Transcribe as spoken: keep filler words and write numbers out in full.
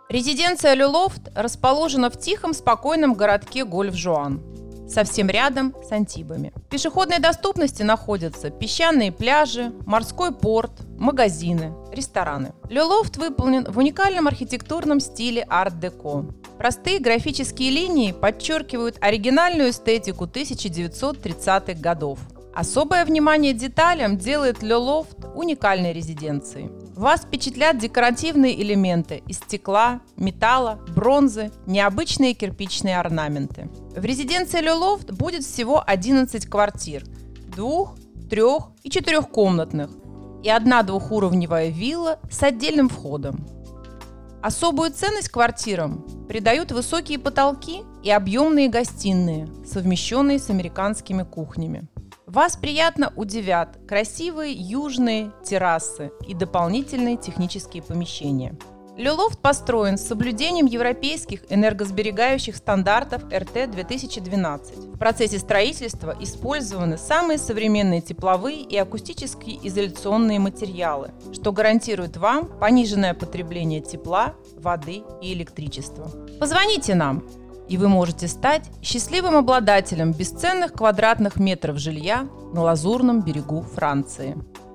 Резиденция Le Loft расположена в тихом, спокойном городке Гольф-Жуан, совсем рядом с Антибами. В пешеходной доступности находятся песчаные пляжи, морской порт, магазины, рестораны. Le Loft выполнен в уникальном архитектурном стиле арт-деко. Простые графические линии подчеркивают оригинальную эстетику тысяча девятьсот тридцатых годов. Особое внимание деталям делает Le Loft уникальной резиденцией. Вас впечатлят декоративные элементы из стекла, металла, бронзы, необычные кирпичные орнаменты. В резиденции Le Loft будет всего одиннадцать квартир – двух-, трех- и четырехкомнатных, и одна двухуровневая вилла с отдельным входом. Особую ценность квартирам придают высокие потолки и объемные гостиные, совмещенные с американскими кухнями. Вас приятно удивят красивые южные террасы и дополнительные технические помещения. Le Loft построен с соблюдением европейских энергосберегающих стандартов эр тэ две тысячи двенадцать. В процессе строительства использованы самые современные тепловые и акустические изоляционные материалы, что гарантирует вам пониженное потребление тепла, воды и электричества. Позвоните нам, и вы можете стать счастливым обладателем бесценных квадратных метров жилья на Лазурном берегу Франции.